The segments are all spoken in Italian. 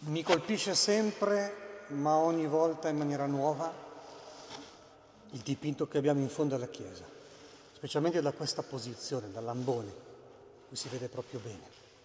Mi colpisce sempre, ma ogni volta in maniera nuova, il dipinto che abbiamo in fondo alla chiesa, specialmente da questa posizione, dall'ambone, qui si vede proprio bene.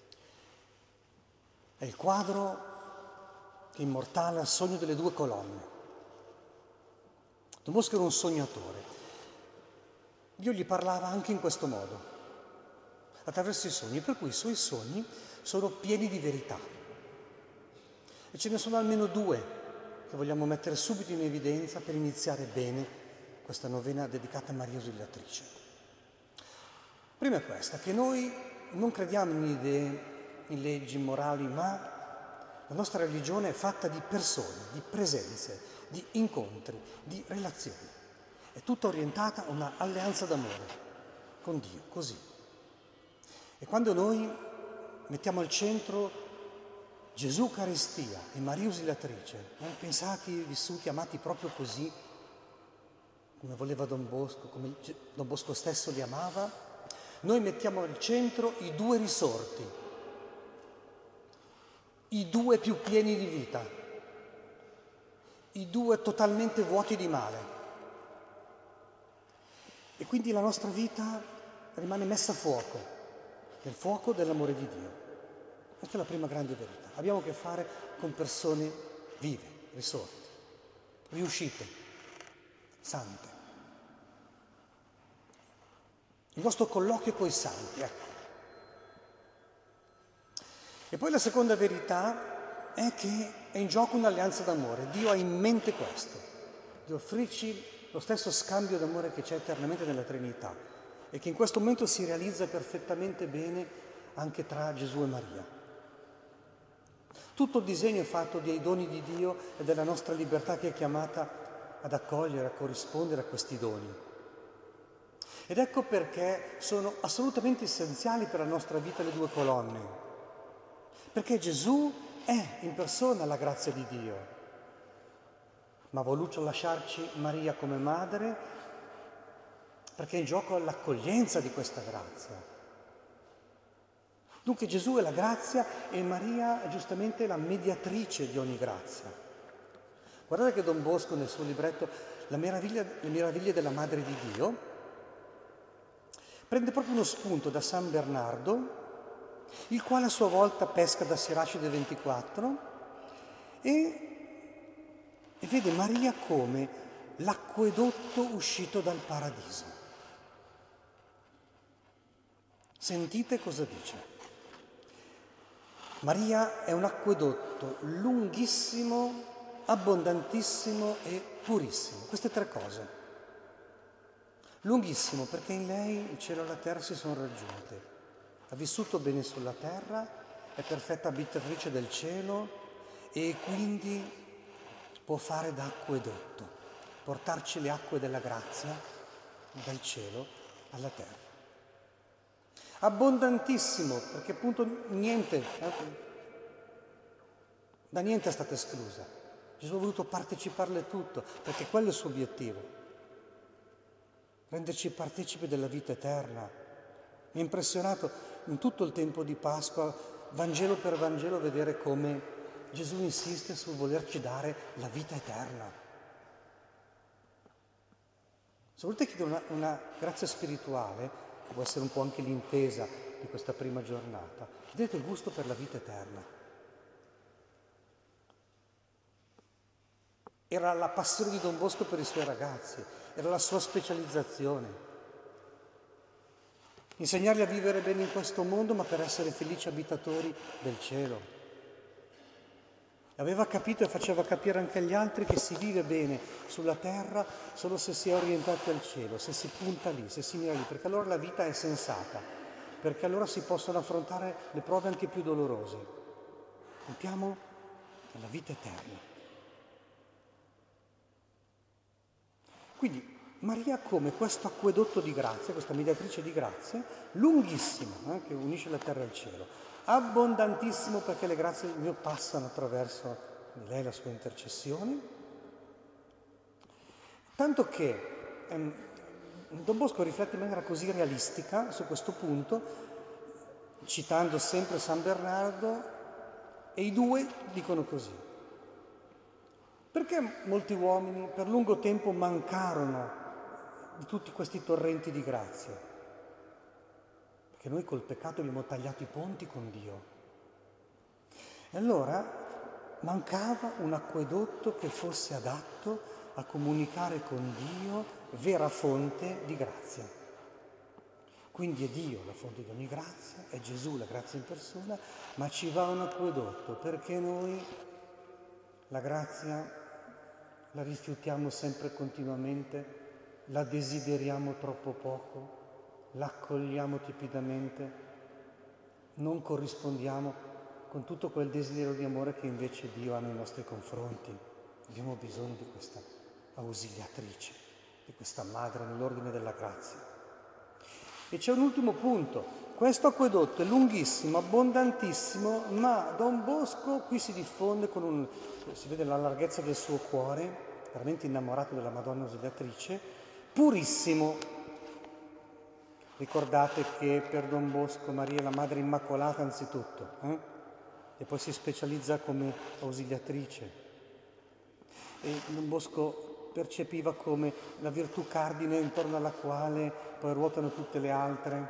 È il quadro che immortala il sogno delle due colonne. Don Bosco era un sognatore. Dio gli parlava anche in questo modo, attraverso i sogni, per cui i suoi sogni sono pieni di verità. E ce ne sono almeno due che vogliamo mettere subito in evidenza per iniziare bene questa novena dedicata a Maria Ausiliatrice. Prima è questa, che noi non crediamo in idee, in leggi morali, ma la nostra religione è fatta di persone, di presenze, di incontri, di relazioni. È tutta orientata a una alleanza d'amore con Dio, così. E quando noi mettiamo al centro Gesù Eucaristia e Maria Ausiliatrice, pensati, vissuti, amati proprio così, come voleva Don Bosco, come Don Bosco stesso li amava, noi mettiamo al centro i due risorti, i due più pieni di vita, i due totalmente vuoti di male. E quindi la nostra vita rimane messa a fuoco, nel fuoco dell'amore di Dio. Questa è la prima grande verità. Abbiamo a che fare con persone vive, risorte, riuscite, sante. Il nostro colloquio coi santi, ecco. E poi la seconda verità è che è in gioco un'alleanza d'amore. Dio ha in mente questo, di offrirci lo stesso scambio d'amore che c'è eternamente nella Trinità e che in questo momento si realizza perfettamente bene anche tra Gesù e Maria. Tutto il disegno è fatto dei doni di Dio e della nostra libertà che è chiamata ad accogliere, a corrispondere a questi doni. Ed ecco perché sono assolutamente essenziali per la nostra vita le due colonne. Perché Gesù è in persona la grazia di Dio, ma ha voluto lasciarci Maria come madre perché è in gioco l'accoglienza di questa grazia. Dunque Gesù è la grazia e Maria è giustamente la mediatrice di ogni grazia. Guardate che Don Bosco nel suo libretto Le meraviglie della Madre di Dio prende proprio uno spunto da San Bernardo, il quale a sua volta pesca da Siracide 24 e vede Maria come l'acquedotto uscito dal paradiso. Sentite cosa dice. Maria è un acquedotto lunghissimo, abbondantissimo e purissimo. Queste tre cose. Lunghissimo perché in lei il cielo e la terra si sono raggiunte. Ha vissuto bene sulla terra, è perfetta abitatrice del cielo e quindi può fare da acquedotto, portarci le acque della grazia dal cielo alla terra. Abbondantissimo, perché appunto da niente è stata esclusa. Gesù ha voluto parteciparle tutto, perché quello è il suo obiettivo. Renderci partecipi della vita eterna. Mi ha impressionato in tutto il tempo di Pasqua, Vangelo per Vangelo, vedere come Gesù insiste sul volerci dare la vita eterna. Se volete chiedere una grazia spirituale, che può essere un po' anche l'intesa di questa prima giornata, chiedete il gusto per la vita eterna. Era la passione di Don Bosco per i suoi ragazzi, era la sua specializzazione. Insegnarli a vivere bene in questo mondo, ma per essere felici abitatori del cielo. Aveva capito e faceva capire anche agli altri che si vive bene sulla terra solo se si è orientati al cielo, se si punta lì, se si mira lì, perché allora la vita è sensata, perché allora si possono affrontare le prove anche più dolorose. Puntiamo alla vita eterna. Quindi Maria come questo acquedotto di grazia, questa mediatrice di grazia, lunghissimo, che unisce la terra al cielo. Abbondantissimo perché le grazie di Dio passano attraverso di lei, la sua intercessione. Tanto che Don Bosco riflette in maniera così realistica su questo punto, citando sempre San Bernardo, E i due dicono così: perché molti uomini per lungo tempo mancarono di tutti questi torrenti di grazia? Perché noi col peccato abbiamo tagliato i ponti con Dio. E allora mancava un acquedotto che fosse adatto a comunicare con Dio, vera fonte di grazia. Quindi è Dio la fonte di ogni grazia, è Gesù la grazia in persona, ma ci va un acquedotto perché noi la grazia la rifiutiamo sempre continuamente, la desideriamo troppo poco, la accogliamo tepidamente, non corrispondiamo con tutto quel desiderio di amore che invece Dio ha nei nostri confronti. Abbiamo bisogno di questa ausiliatrice, di questa madre nell'ordine della grazia. E c'è un ultimo punto: questo acquedotto è lunghissimo, abbondantissimo, ma Don Bosco qui si diffonde si vede la larghezza del suo cuore, veramente innamorato della Madonna Ausiliatrice, purissimo. Ricordate che per Don Bosco Maria è la Madre Immacolata anzitutto, e poi si specializza come ausiliatrice. E Don Bosco percepiva come la virtù cardine intorno alla quale poi ruotano tutte le altre.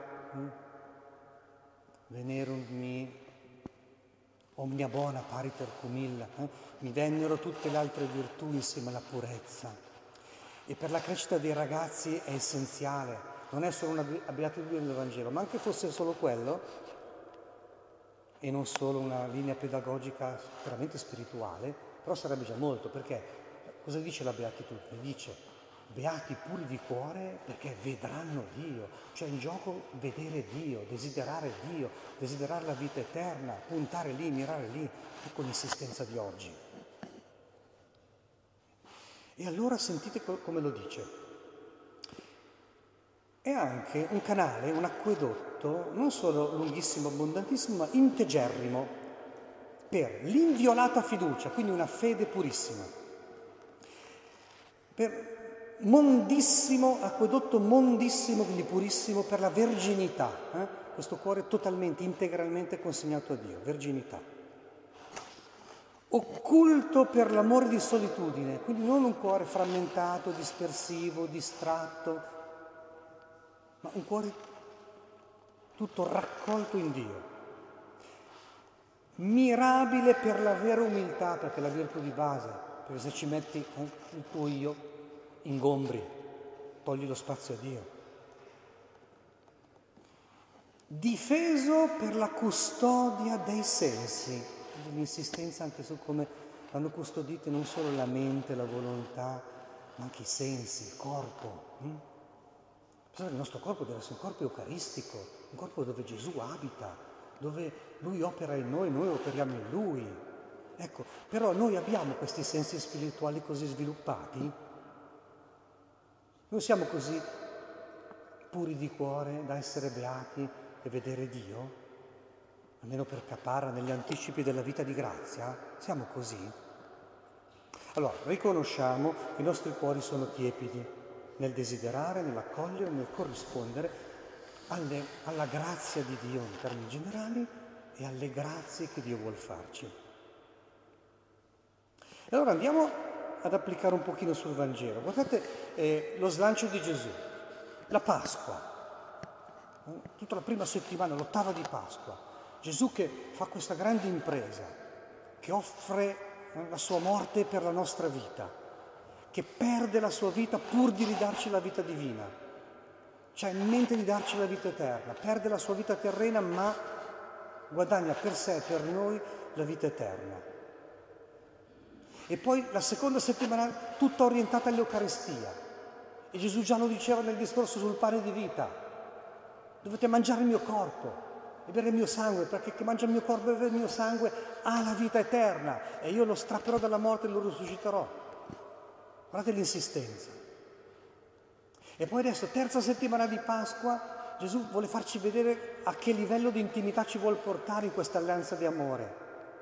Venerum mi omnia bona pariter cum illa. Mi vennero tutte le altre virtù insieme alla purezza. E per la crescita dei ragazzi è essenziale. Non è solo una beatitudine del Vangelo, ma anche fosse solo quello, e non solo una linea pedagogica veramente spirituale, però sarebbe già molto, perché cosa dice la beatitudine? Dice: beati puri di cuore perché vedranno Dio, cioè in gioco vedere Dio, desiderare la vita eterna, puntare lì, mirare lì, ecco l'insistenza di oggi. E allora sentite come lo dice. È anche un canale, un acquedotto, non solo lunghissimo, abbondantissimo, ma integerrimo, per l'inviolata fiducia, quindi una fede purissima. Per mondissimo, acquedotto mondissimo, quindi purissimo, per la verginità, questo cuore totalmente, integralmente consegnato a Dio, verginità. Occulto per l'amore di solitudine, quindi non un cuore frammentato, dispersivo, distratto, ma un cuore tutto raccolto in Dio. Mirabile per la vera umiltà, perché è la virtù di base, perché se ci metti il tuo io, ingombri, togli lo spazio a Dio. Difeso per la custodia dei sensi, l'insistenza anche su come vanno custodite non solo la mente, la volontà, ma anche i sensi, il corpo. Pensate che il nostro corpo deve essere un corpo eucaristico, un corpo dove Gesù abita, dove Lui opera in noi operiamo in Lui. Ecco, però noi abbiamo questi sensi spirituali così sviluppati? Non siamo così puri di cuore da essere beati e vedere Dio? Almeno per Caparra, negli anticipi della vita di grazia? Siamo così? Allora, riconosciamo che i nostri cuori sono tiepidi nel desiderare, nell'accogliere, nel corrispondere alla grazia di Dio in termini generali e alle grazie che Dio vuol farci. E allora andiamo ad applicare un pochino sul Vangelo. Guardate lo slancio di Gesù, la Pasqua, tutta la prima settimana, l'ottava di Pasqua. Gesù che fa questa grande impresa, che offre la sua morte per la nostra vita, che perde la sua vita pur di ridarci la vita divina, cioè in mente di darci la vita eterna, perde la sua vita terrena ma guadagna per sé e per noi la vita eterna. E poi la seconda settimana tutta orientata all'Eucaristia, e Gesù già lo diceva nel discorso sul pane di vita: dovete mangiare il mio corpo e bere il mio sangue, perché chi mangia il mio corpo e beve il mio sangue ha la vita eterna, e io lo strapperò dalla morte e lo risusciterò. Guardate l'insistenza. E poi adesso, terza settimana di Pasqua, Gesù vuole farci vedere a che livello di intimità ci vuol portare in questa alleanza di amore.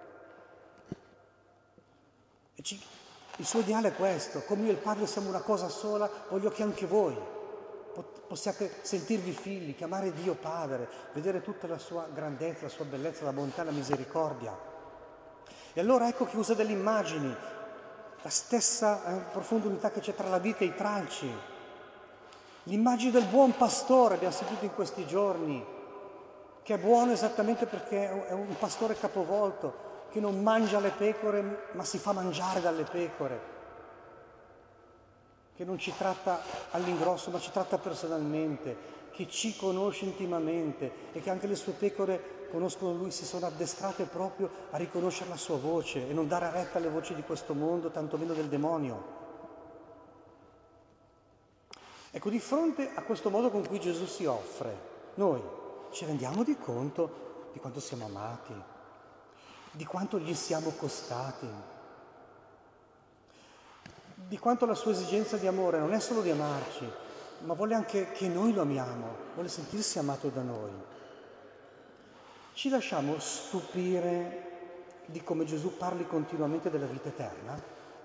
Il suo ideale è questo: come io e il Padre siamo una cosa sola, voglio che anche voi possiate sentirvi figli, chiamare Dio Padre, vedere tutta la sua grandezza, la sua bellezza, la bontà, la misericordia. E allora ecco che usa delle immagini, la stessa profonda unità che c'è tra la vita e i tralci. L'immagine del buon pastore, abbiamo sentito in questi giorni, che è buono esattamente perché è un pastore capovolto, che non mangia le pecore ma si fa mangiare dalle pecore, che non ci tratta all'ingrosso ma ci tratta personalmente, che ci conosce intimamente e che anche le sue pecore conoscono lui, si sono addestrate proprio a riconoscere la sua voce e non dare retta alle voci di questo mondo, tantomeno del demonio. Ecco, di fronte a questo modo con cui Gesù si offre, noi ci rendiamo di conto di quanto siamo amati, di quanto gli siamo costati, di quanto la sua esigenza di amore non è solo di amarci, ma vuole anche che noi lo amiamo, vuole sentirsi amato da noi. Ci lasciamo stupire di come Gesù parli continuamente della vita eterna?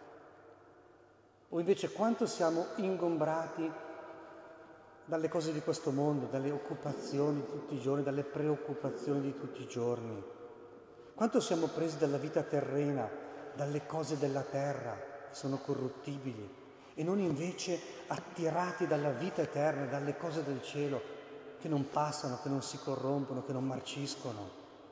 O invece quanto siamo ingombrati dalle cose di questo mondo, dalle occupazioni di tutti i giorni, dalle preoccupazioni di tutti i giorni? Quanto siamo presi dalla vita terrena, dalle cose della terra, che sono corruttibili, e non invece attirati dalla vita eterna, dalle cose del cielo, che non passano, che non si corrompono, che non marciscono.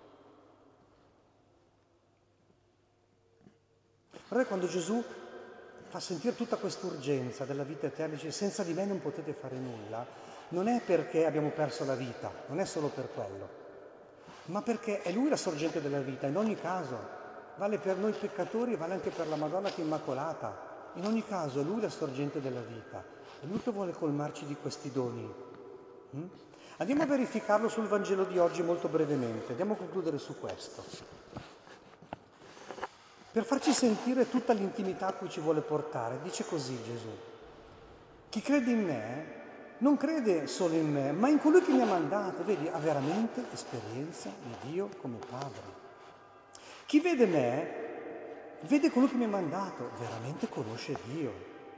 Allora quando Gesù fa sentire tutta quest'urgenza della vita eterna, dice senza di me non potete fare nulla, non è perché abbiamo perso la vita, non è solo per quello, ma perché è Lui la sorgente della vita, in ogni caso, vale per noi peccatori e vale anche per la Madonna che è immacolata, in ogni caso è Lui la sorgente della vita, è Lui che vuole colmarci di questi doni. Andiamo a verificarlo sul Vangelo di oggi molto brevemente, andiamo a concludere su questo, per farci sentire tutta l'intimità a cui ci vuole portare. Dice così Gesù: chi crede in me non crede solo in me, ma in colui che mi ha mandato. Vedi, ha veramente esperienza di Dio come Padre. Chi vede me, vede colui che mi ha mandato, veramente conosce Dio.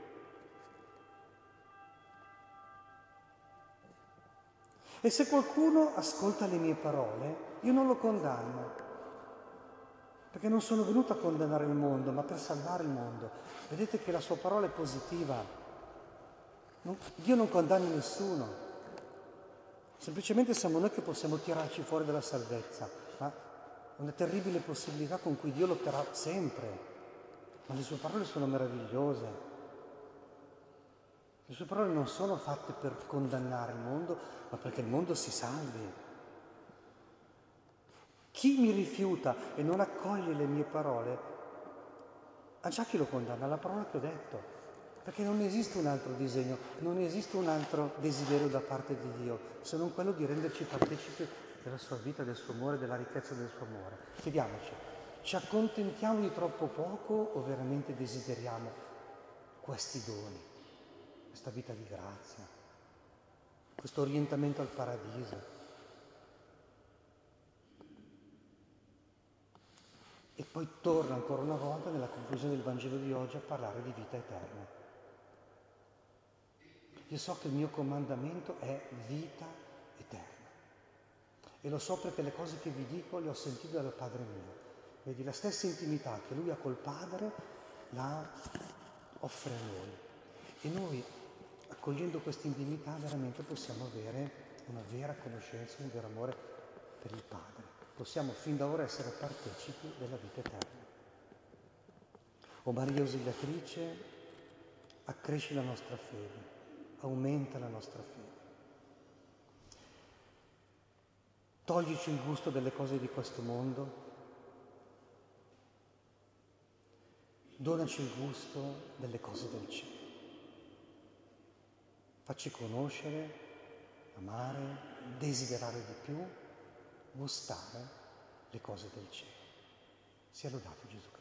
E se qualcuno ascolta le mie parole, io non lo condanno, perché non sono venuto a condannare il mondo, ma per salvare il mondo. Vedete che la sua parola è positiva. Dio non condanna nessuno. Semplicemente siamo noi che possiamo tirarci fuori dalla salvezza, ma una terribile possibilità con cui Dio lotterà sempre. Ma le sue parole sono meravigliose. Le sue parole non sono fatte per condannare il mondo, ma perché il mondo si salvi. Chi mi rifiuta e non accoglie le mie parole, ha già chi lo condanna, la parola che ho detto, perché non esiste un altro disegno, non esiste un altro desiderio da parte di Dio, se non quello di renderci partecipi della sua vita, del suo amore, della ricchezza del suo amore. Chiediamoci, ci accontentiamo di troppo poco o veramente desideriamo questi doni, questa vita di grazia, questo orientamento al paradiso? E poi torna ancora una volta nella conclusione del Vangelo di oggi a parlare di vita eterna. Io so che il mio comandamento è vita eterna. E lo so perché le cose che vi dico le ho sentite dal Padre mio. Vedi, la stessa intimità che Lui ha col Padre la offre a noi. E noi, accogliendo questa intimità, veramente possiamo avere una vera conoscenza, un vero amore per il Padre. Possiamo fin da ora essere partecipi della vita eterna. O Maria Ausiliatrice, accresci la nostra fede, aumenta la nostra fede. Toglici il gusto delle cose di questo mondo, donaci il gusto delle cose del cielo. Facci conoscere, amare, desiderare di più, gustare le cose del cielo. Sia lodato Gesù Cristo.